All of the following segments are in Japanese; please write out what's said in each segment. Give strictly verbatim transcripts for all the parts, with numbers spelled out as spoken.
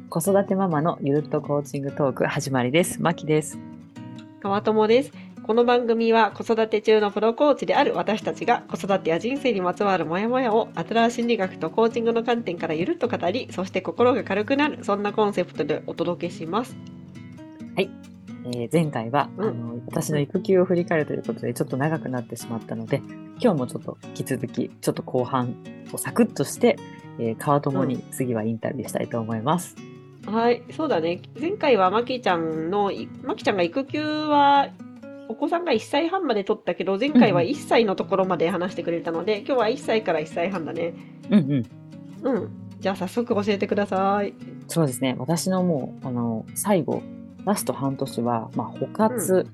子育てママのゆるっとコーチングトーク始まりです。まきです。 川友です。この番組は子育て中のプロコーチである私たちが子育てや人生にまつわるモヤモヤをアトラー心理学とコーチングの観点からゆるっと語り、そして心が軽くなる、そんなコンセプトでお届けします。 はい、えー、前回は、 うん、 あの私の育休を振り返るということでちょっと長くなってしまったので、今日もちょっと引き続きちょっと後半をサクッとして、えー、川友に次はインタビューしたいと思います。 うん、はい、そうだね。前回はまきちゃんのまきちゃんが育休はお子さんがいっさいはんまで取ったけど、前回はいっさいのところまで話してくれたので、今日はいっさいからいっさいはんだね。 うんうんうん。じゃあ早速教えてください。 そうですね。私のもうあの最後ラスト半年は、まあ、保活、うん、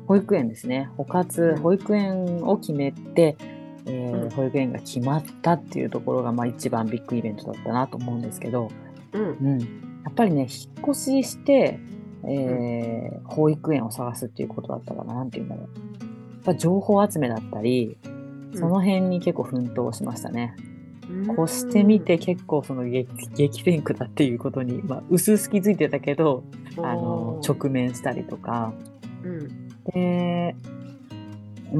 保育園ですね。保活、保育園を決めて、えーうん、保育園が決まったっていうところが、まあ、一番ビッグイベントだったなと思うんですけど、 うんうん、やっぱりね、引っ越しして、えーうん、保育園を探すっていうことだったかな。なんていうんだろう。やっぱ情報集めだったり、その辺に結構奮闘しましたね。越してみて結構その 激, 激戦区だっていうことに、まあ、薄々気づいてたけどあの直面したりとか、うん、で、うん、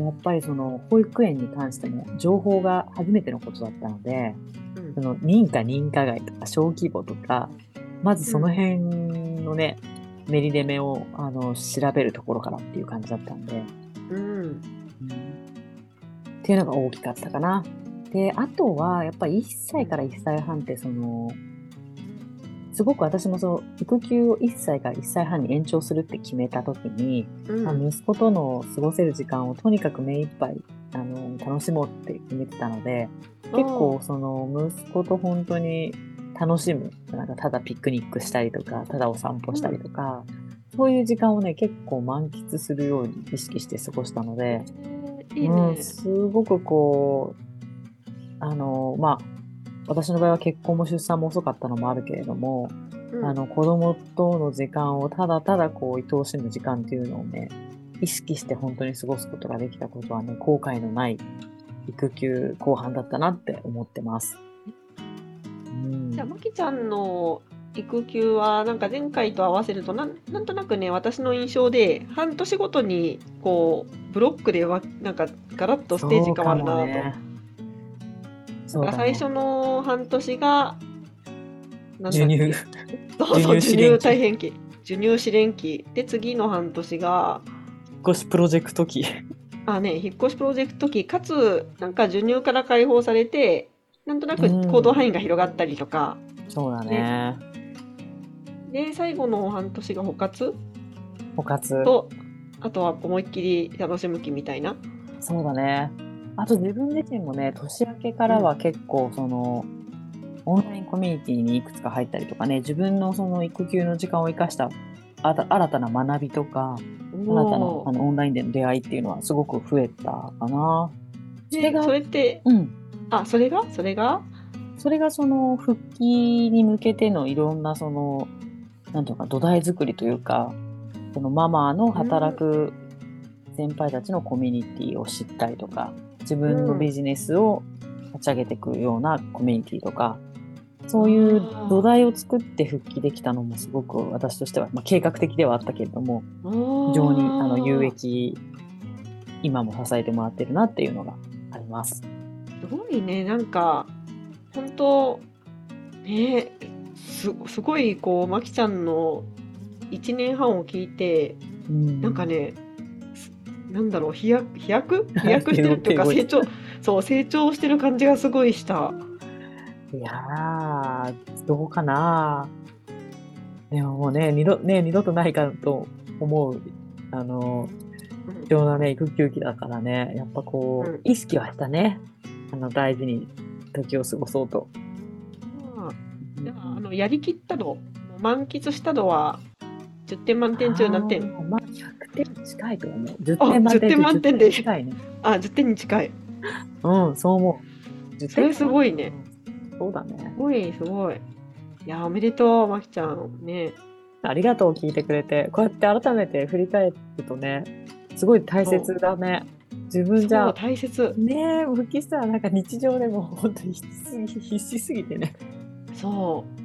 やっぱりその保育園に関しても情報が初めてのことだったので、うん、その認可認可外とか小規模とかまずその辺のね、うん、メリデメをあの調べるところからっていう感じだったんで、うんうん、っていうのが大きかったかな。で、あとは、やっぱりいっさいからいっさいはんって、その、すごく私もそう、育休をいっさいからいっさいはんに延長するって決めたときに、うんまあ、息子との過ごせる時間をとにかく目いっぱい、あの、楽しもうって決めてたので、結構、その、息子と本当に楽しむ、なんかただピクニックしたりとか、ただお散歩したりとか、うん、そういう時間をね、結構満喫するように意識して過ごしたので、 えーいいね、 うん、すごくこう、あの、まあ、私の場合は結婚も出産も遅かったのもあるけれども、うん、あの、子供との時間をただただこう、愛おしむ時間っていうのをね、意識して本当に過ごすことができたことはね、後悔のない育休後半だったなって思ってます。 うん、じゃあ、まきちゃんの育休はなんか前回と合わせるとなんなんとなくね、私の印象で半年ごとにこうブロックでわなんかガラッとステージ変わるなと。そうだね、最初の半年がなんだっけ、授乳そうそう、授乳大変期、授乳試練期で、次の半年が引っ越しプロジェクト期あね、引っ越しプロジェクト期かつなんか授乳から解放されてなんとなく行動範囲が広がったりとか、 うん、そうだね。 で最後の半年が保活保活と、あとは思いっきり楽しむ気みたいな。 そうだね。あと自分自身もね、年明けからは結構その、うん、オンラインコミュニティにいくつか入ったりとかね、自分のその育休の時間を生かしたあた新たな学びとか、新たなあのオンラインでの出会いっていうのはすごく増えたかな。 それが、それって、うん。あ、それがそれがそれがその復帰に向けてのいろんなその、なんていうか土台作りというか、そのママの働く先輩たちのコミュニティを知ったりとか、自分のビジネスを立ち上げていくようなコミュニティとか、そういう土台を作って復帰できたのもすごく私としては、まあ、計画的ではあったけれども、非常にあの有益、今も支えてもらってるなっていうのがあります。 すごいね、なんか本当ね、すすごいこうまきちゃんのいちねんはんを聞いて、うん、なんかね、なんだろう、飛躍飛躍飛躍してるっていうか成長そう成長してる感じがすごいした。 いやー、どうかな。でももうね、二度ね二度とないかと思うあの貴重なね育休期だからね、やっぱこう、うん、意識はしたね。あの大事に時を過ごそうと。 うん、じゃあ、あのやりきったの、満喫したのはじゅってん満点中何点？ まあひゃくてん近いと思う。じゅってん満点で近いね。 あ、じゅってんに近い。 うん、そう思う。それすごいね。 そうだね。 すごいすごい。いや、おめでとう、まきちゃんね。 ありがとう、聞いてくれて。こうやって改めて振り返るとね、すごい大切だね。自分じゃ。 そう、大切。 ねえ、復帰したらなんか日常でも本当に必死すぎ、必死すぎてね。 そ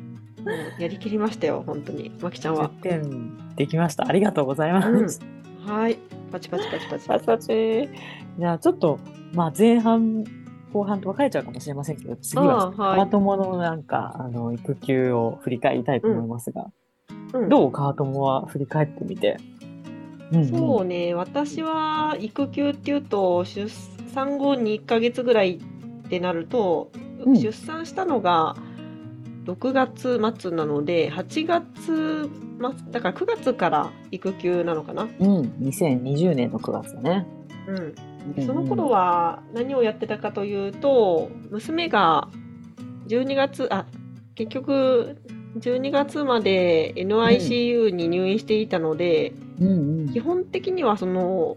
もうやりきりましたよ、本当に。まきちゃんは。 じゅってんできました。ありがとうございまうん。 す。 はい。パチパチパチパチ。 パチパチ。じゃあちょっと、まあ前半、後半と分かれちゃうかもしれませんけど、次はああ、はカーい。 トモのなんか、あの、育休を振り返りたいとうん。 思いますが、 うん。 どうカートモは振り返ってみて。うんうん。 そうね、私は育休っていうと、出産後にいっかげつぐらいってなると、 うん出産したのがろくがつ末なので、はちがつ末、だからくがつから育休なのかな。 うん。にせんにじゅうねんのくがつだね。 うん。で、 うんそのうん。 頃は何をやってたかというと、娘がじゅうにがつ、あ、結局じゅうにがつまでうんエヌアイシーユー に入院していたので、 うんうん。 基本的にはその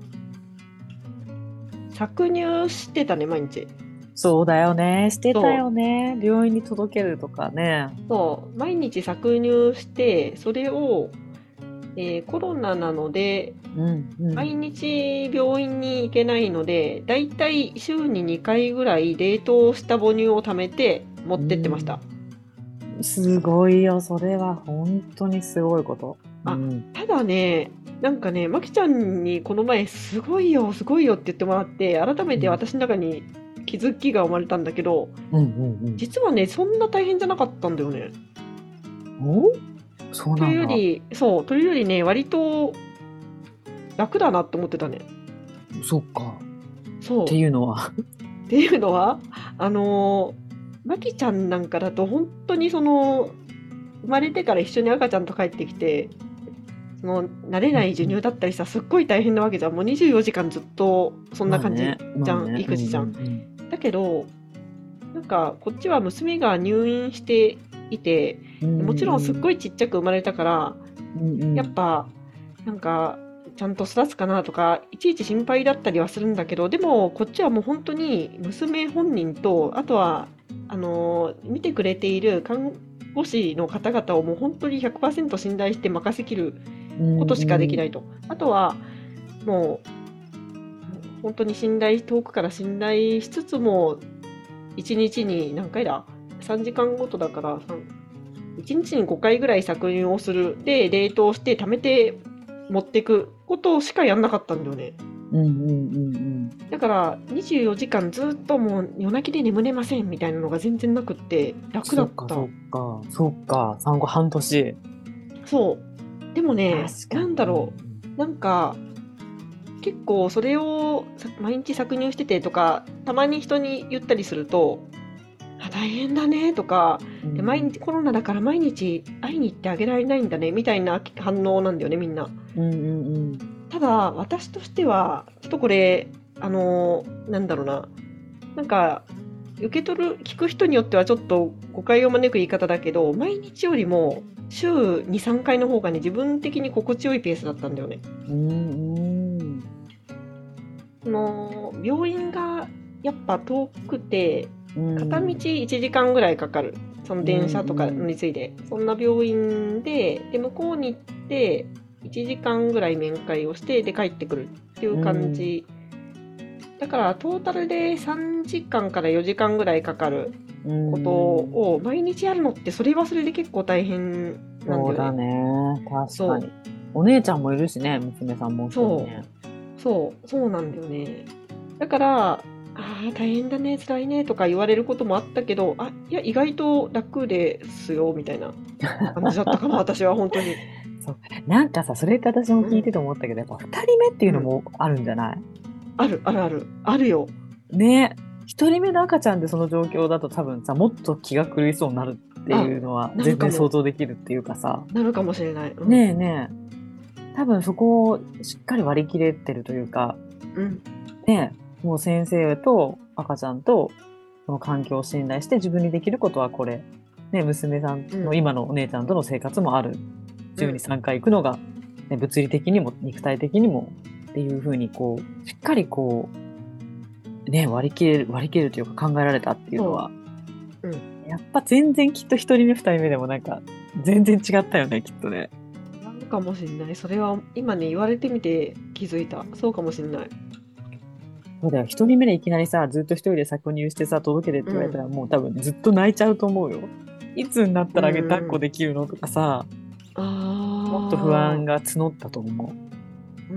搾乳してたね、毎日。 そうだよね。してたそう、 よね。病院に届けるとかね。 そう、毎日搾乳して、それを、えーコロナなので、 うんう毎ん。 日病院に行けないので、だいたい週ににかいぐらい冷凍した母乳を貯めて持うってってました。 ん。すごいよ。それは本当にすごいこと。うあ、 ん。 ただね、なんかね、まきちゃんにこの前、すごいよ、すごいよって言ってもらって、改めうん。 て私の中に気づきが生まれたんだけど、 うんうん実はね、そんな大変じゃなかったんだよね。 うん。お、そうというなんだ。 より、そう、というよりね、割と楽だなって思ってたね。 そっか。ってそう。 いうのは。 っていうのは、あのー、まきちゃんなんかだと本当にその、生まれてから一緒に赤ちゃんと帰ってきて、その慣れない授うんうん。 乳だったりさ、すっごい大変なわけじゃん。もうにじゅうよじかんずっとそんな感じまあね。 じゃん、 まあね。うんう育児じゃん。 んだけど、なんかこっちは娘が入院していて、 うん。 もちろんすっうんごいちっちゃく生まれたから、 うんうん。 やっぱなんかちゃんと育つかなとかいちいち心配だったりはするんだけど、でもこっちはもう本当に娘本人と、あとはあの見てくれている看護師の方々をもう本当にひゃくパーセント信頼して任せきるうんことしかできうん。 ないと。あとはもう本当に信頼、遠くから信頼しつつも、いちにちに何回だ ?さん 時間ごとだから、いちにちにごかいぐらい搾乳をする。で、冷凍して貯めて持っていくことしかやんなかったんだよね。 うんうんうんうん。 だからにじゅうよじかんずっともう夜泣きで眠れませんみたいなのが全然なくって楽だそった。 っかそっか。そっか。産後半年。 そう。でもね、 確かに。 なんだろうんう。なんか結構それをさ毎日搾乳しててとか、たまに人に言ったりすると、あ、大変だねとか、で、毎うん。 日コロナだから毎日会いに行ってあげられないんだねみたいな反応なんだよね、みんな。 うんうんうん。 ただ、私としては、ちょっとこれ、あのーなんだろうな、なんか、受け取る、聞く人によってはちょっと誤解を招く言い方だけど、毎日よりも週に、さんかいの方がね、自分的に心地よいペースだったんだよね。 うんうん。 その、病院がやっぱ遠くて、 う片道ん。 いちじかんぐらいかかる。そのうん電車とかうん。 について。そんな病院で、で、向こうに行って、いちじかんぐらい面会をして、で、帰ってくるっていううん。 感じ。だから、トータルでさんじかんからよじかんぐらいかかるうことん。 を毎日やるのって、それはそれで結構大変なんそうだだよね。 ね。確かそう、 に。お姉ちゃんもいるしね、娘さんもう一人そね。 う、そう、そうなんだよね。だから、ああ、大変だね、辛いねとか言われることもあったけど、あ、いや、意外と楽ですよ、みたいな感じだったかな、私は本当に。 そう。なんかさ、それって私もうん、 聞いてて思ったけど、やっぱ二人目っていうのうん。 もあるんじゃない？ ある、あるある。あるよ。 ね。一人目の赤ちゃんでその状況だと多分さ、もっと気が狂いそうになるってあ、 いうのは全然想なるかも。 像できるっていうかさ。 なるかもしれない。うん。 ねえねえ。多分そこをしっかり割り切れてるというか、 うん。 ねえ、もう先生と赤ちゃんとその環境を信頼して自分にできることはこれ。ね、娘さんうん。 の今のお姉ちゃんとの生活もある。週にうん。 さんかい行くのが、ね、物理的にも肉体的にもっていうふうにこう、しっかりこう、ね、割り切れる、割り切れるというか考えられたっていうのそは、 う。うん。 やっぱ全然きっと一人目二人目でもなんか、全然違ったよね、きっとね。 なるかもしれない。それは今ね、言われてみて気づいた。そうかもしれない。 そうだよ。一人目でいきなりさ、ずっと一人で搾乳してさ、届けてって言われたうん。 らもう多分ずっと泣いちゃうと思うよ。 いつになったらうん抱っこできるのとかさ、 あもっと不安が募ったと思う。うん。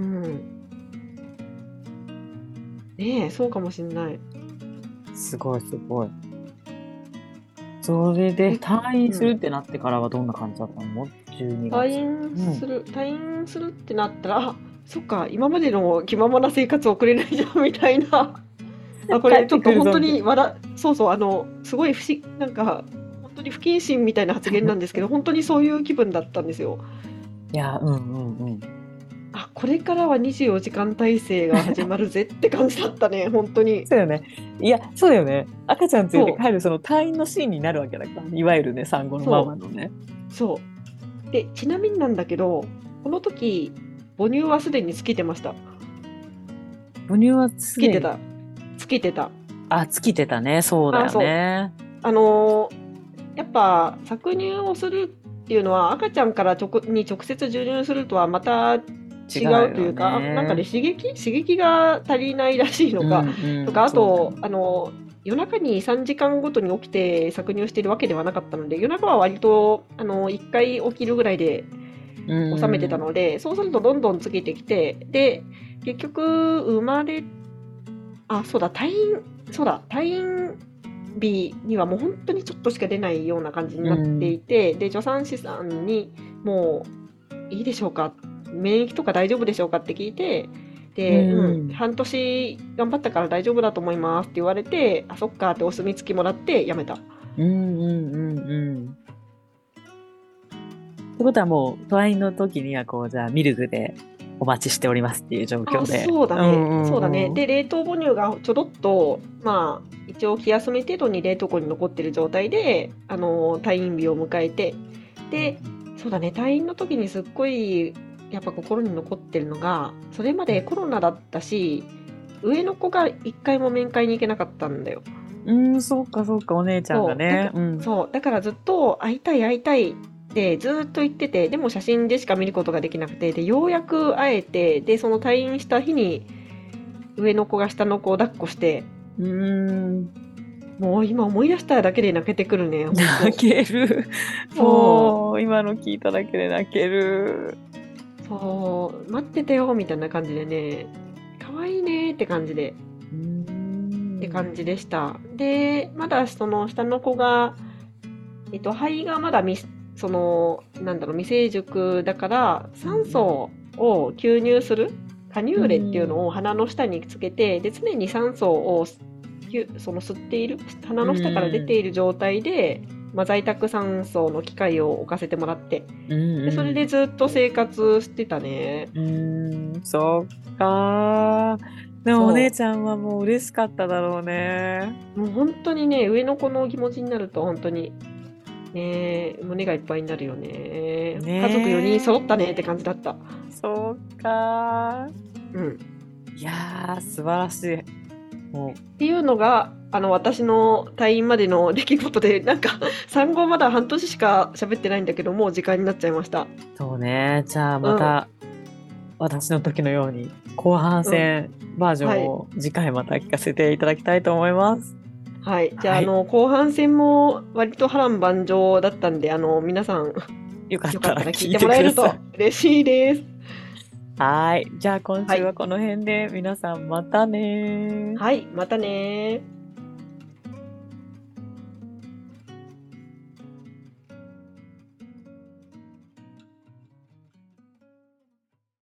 ねえ、そうかもしんない。 う。すごいすごい。それでえ、 退院すうん。 るってなってからはどんな感じだったの ?じゅうに退月。うん。 院する、退院するってなったら、あ、そっか、今までの気ままな生活を送れないじゃんみたいな。あ、こ帰ってれちょっと本当くるぞみたいにわら、そうそう、あの、すごい不思議、なんか、本当に不謹慎みたいな発言なんですけど、本当にそういう気分だったんですよ。 な。いや、うんうんうん。 あ、これからはにじゅうよじかん体制が始まるぜって感じだったね、本当に。 そうよね。いや、そうだよね。赤ちゃん連れてそ帰るその退院のシーンになるわけだから。いわゆるね、産後う、 のマそマのね。 う、そう。で、ちなみになんだけど、この時、母乳はすでに尽きてました。 母乳はすでに、 尽きてた。尽きてた。 あ、尽きてたね。そうだあ、 よそう。 ね。 あのーやっぱ搾乳をするっていうのは赤ちゃんから直に直接授乳するとはまた違違ううよというか、なんかね、 ね。 刺激刺激が足りないらしいのうんか、とか、 うん、 あと、 そうだよね。 あの、夜中にさんじかんごとに起きて搾乳しているわけではなかったので、夜中は割と、あの、いっかい起きるぐらいでう収めてたん。 ので、そうするとどんどんつけてきて、で、結局、生まれ、あ、そうだ、退院、そうだ、退院日にはもう本当にちょっとしか出ないような感じにうなっていん。 て、で、助産師さんにもういいでしょうか、免疫とか大丈夫でしょうかって聞いて、 うで、うん、 ん。 半年頑張ったから大丈夫だと思いますって言われて、あ、そっかってお墨付きもらってやめた。 うんうんうんうん。ってことはもう、退院の時にはこう、じゃあミルクでお待ちしておりますっていう状況あ、 で。 そうだね。 うんうそうだね。 んうん。 で、冷凍母乳がちょろっと、まあ、一応気休め程度に冷凍庫に残ってる状態で、あの、退院日を迎えて、で、そうだね、退院の時にすっごい、やっぱ心に残ってるのが、それまでコロナだったし、上の子が一回も面会に行けなかったんだよ。 うん、そうかそうか、お姉ちゃんがそう、だかね。うん。 そう、だからずっと会いたい会いたいってずっと言ってて、でも写真でしか見ることができなくて、で、ようやく会えて、で、その退院した日に上の子が下の子を抱っこして、 うーん。 もう今思い出しただけで泣けてくるね、ほんと。 泣ける。 そもう、今の聞いただけで泣ける。 う、そう、待っててよ、みたいな感じでね、可愛いねって感じで、 うーってん。 感じでした。で、まだその下の子が、えっと、肺がまだみ、その、なんだろう、未成熟だから、酸素を吸入する加う入レっていうん。 のを鼻の下につけて、で、常に酸素を吸その吸っている、鼻うの下から出てん。 いる状態で、まあ、在宅酸素の機械を置かせてもらって、 うんで、それうん。 でずっと生活してたね。 うーん、そっか。でもお姉そちゃんはもう嬉しかっただろうね。 う。もう本当にね、上の子の気持ちになると本当に、ね、胸がいっぱいになるよね。家族よにん揃ねったねって感じだった。 え。そうか。 うん。 いやー、素晴らしい。もっていうのが、あの、私の退院までの出来事で、なんか、産後まだ半年しか喋ってないんだけど、もう時間になっちゃいました。 う、そうね。じゃあうん、 また、私の時のように、後半うん。 戦バージョはい。 ンを次回また聞かせていただきたいと思います。 はい。じゃあ、 はい。 あの、後半戦も割と波乱万丈だったんで、あの、皆さん、 よかっよかたら聞いったら聞いてもてください。 らえると嬉しいです。 はい。じゃあ今はい。 週はこの辺で皆さんまたねー。 はい。またねー。